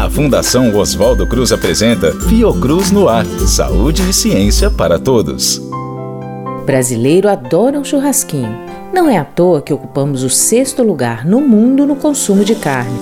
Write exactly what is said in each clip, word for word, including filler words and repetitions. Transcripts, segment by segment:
A Fundação Oswaldo Cruz apresenta Fiocruz no Ar. Saúde e ciência para todos. Brasileiro adora um churrasquinho. Não é à toa que ocupamos o sexto lugar no mundo no consumo de carne.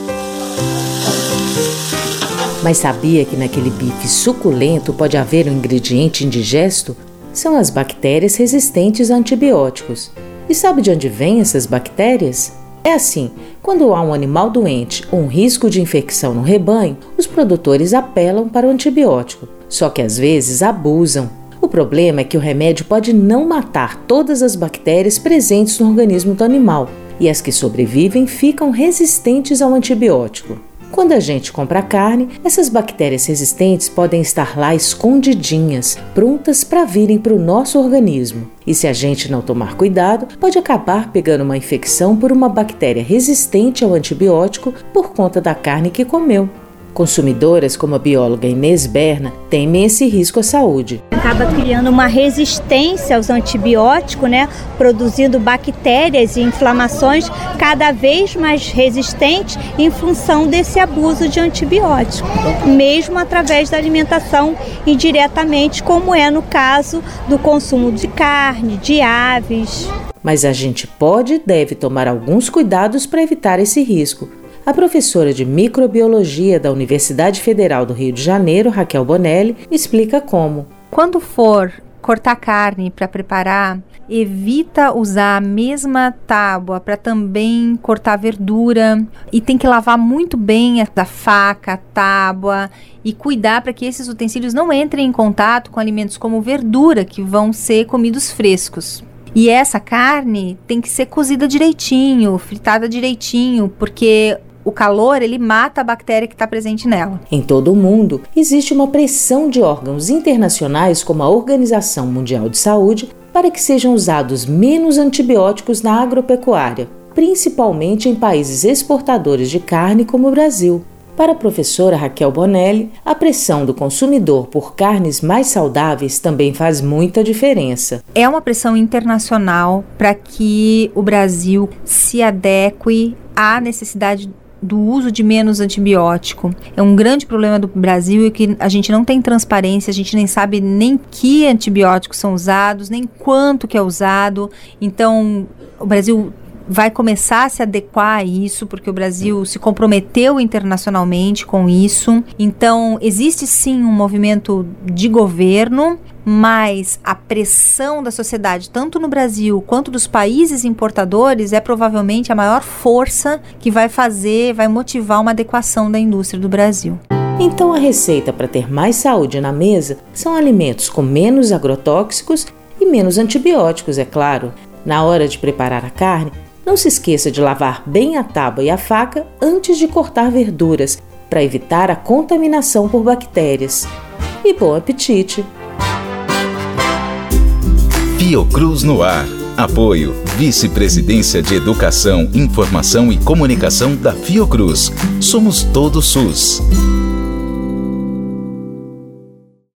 Mas sabia que naquele bife suculento pode haver um ingrediente indigesto? São as bactérias resistentes a antibióticos. E sabe de onde vêm essas bactérias? É assim, quando há um animal doente ou um risco de infecção no rebanho, os produtores apelam para o antibiótico, só que às vezes abusam. O problema é que o remédio pode não matar todas as bactérias presentes no organismo do animal, e as que sobrevivem ficam resistentes ao antibiótico. Quando a gente compra carne, essas bactérias resistentes podem estar lá escondidinhas, prontas para virem para o nosso organismo. E se a gente não tomar cuidado, pode acabar pegando uma infecção por uma bactéria resistente ao antibiótico por conta da carne que comeu. Consumidoras como a bióloga Inês Berna temem esse risco à saúde. Acaba criando uma resistência aos antibióticos, né? Produzindo bactérias e inflamações cada vez mais resistentes em função desse abuso de antibiótico, mesmo através da alimentação indiretamente, como é no caso do consumo de carne, de aves. Mas a gente pode e deve tomar alguns cuidados para evitar esse risco. A professora de microbiologia da Universidade Federal do Rio de Janeiro, Raquel Bonelli, explica como. Quando for cortar carne para preparar, evita usar a mesma tábua para também cortar verdura, e tem que lavar muito bem a faca, a tábua, e cuidar para que esses utensílios não entrem em contato com alimentos como verdura, que vão ser comidos frescos. E essa carne tem que ser cozida direitinho, fritada direitinho, porque o calor, ele mata a bactéria que está presente nela. Em todo o mundo, existe uma pressão de órgãos internacionais como a Organização Mundial de Saúde para que sejam usados menos antibióticos na agropecuária, principalmente em países exportadores de carne como o Brasil. Para a professora Raquel Bonelli, a pressão do consumidor por carnes mais saudáveis também faz muita diferença. É uma pressão internacional para que o Brasil se adeque à necessidade do uso de menos antibiótico. É um grande problema do Brasil e que a gente não tem transparência, a gente nem sabe nem que antibióticos são usados, nem quanto que é usado. Então, o Brasil vai começar a se adequar a isso, porque o Brasil se comprometeu internacionalmente com isso. Então, existe sim um movimento de governo, mas a pressão da sociedade, tanto no Brasil quanto dos países importadores, é provavelmente a maior força que vai fazer, vai motivar uma adequação da indústria do Brasil. Então, a receita para ter mais saúde na mesa são alimentos com menos agrotóxicos e menos antibióticos, é claro. Na hora de preparar a carne, não se esqueça de lavar bem a tábua e a faca antes de cortar verduras, para evitar a contaminação por bactérias. E bom apetite! Fiocruz no Ar. Apoio Vice-Presidência de Educação, Informação e Comunicação da Fiocruz. Somos todos SUS.